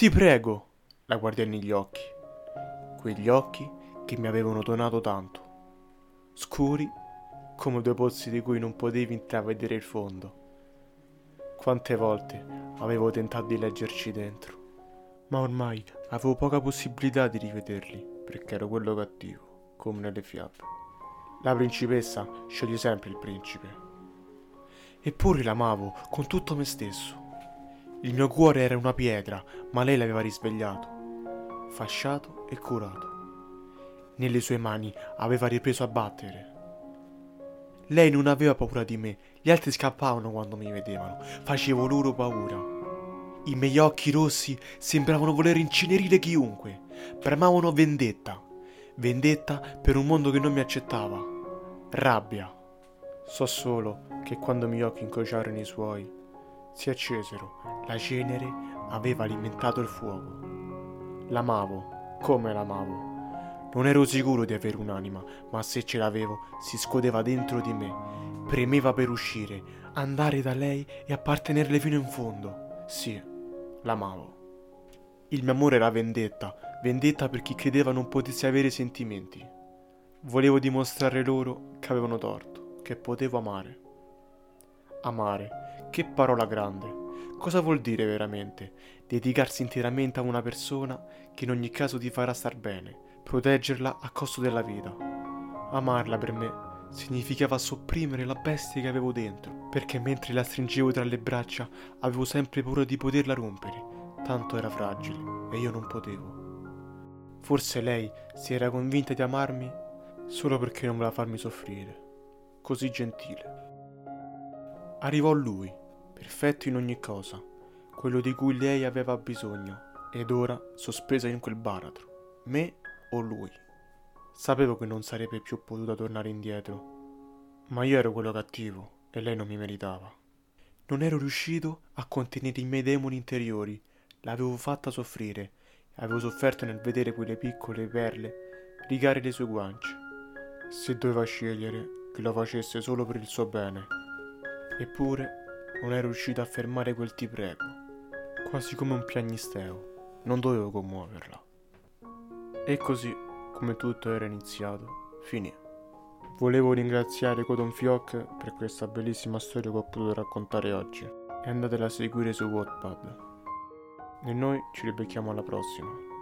Ti prego, la guardai negli occhi, quegli occhi che mi avevano donato tanto, scuri come due pozzi di cui non potevi intravedere il fondo. Quante volte avevo tentato di leggerci dentro, ma ormai avevo poca possibilità di rivederli, perché ero quello cattivo, come nelle fiabe. La principessa sceglie sempre il principe. Eppure l'amavo con tutto me stesso. Il mio cuore era una pietra, ma lei l'aveva risvegliato, fasciato e curato. Nelle sue mani aveva ripreso a battere. Lei non aveva paura di me, gli altri scappavano quando mi vedevano, facevo loro paura. I miei occhi rossi sembravano voler incenerire chiunque, bramavano vendetta, vendetta per un mondo che non mi accettava, rabbia. So solo che quando i miei occhi incrociarono i suoi, si accesero, la cenere aveva alimentato il fuoco. L'amavo, come l'amavo. Non ero sicuro di avere un'anima, ma se ce l'avevo, si scodeva dentro di me. Premeva per uscire, andare da lei e appartenerle fino in fondo. Sì, l'amavo. Il mio amore era vendetta, vendetta per chi credeva non potessi avere sentimenti. Volevo dimostrare loro che avevano torto, che potevo amare. Amare, che parola grande. Cosa vuol dire veramente? Dedicarsi interamente a una persona che in ogni caso ti farà star bene, proteggerla a costo della vita. Amarla per me significava sopprimere la bestia che avevo dentro, perché mentre la stringevo tra le braccia avevo sempre paura di poterla rompere, tanto era fragile e io non potevo. Forse lei si era convinta di amarmi solo perché non voleva farmi soffrire, così gentile. Arrivò lui, perfetto in ogni cosa, quello di cui lei aveva bisogno, ed ora sospesa in quel baratro, me o lui. Sapevo che non sarebbe più potuta tornare indietro, ma io ero quello cattivo e lei non mi meritava. Non ero riuscito a contenere i miei demoni interiori, l'avevo fatta soffrire, avevo sofferto nel vedere quelle piccole perle rigare le sue guance. Se doveva scegliere, che lo facesse solo per il suo bene. Eppure non ero riuscito a fermare quel ti prego, quasi come un piagnisteo, non dovevo commuoverla. E così, come tutto era iniziato, finì. Volevo ringraziare Cotton Fioc per questa bellissima storia che ho potuto raccontare oggi e andatela a seguire su Wattpad. E noi ci ribecchiamo alla prossima.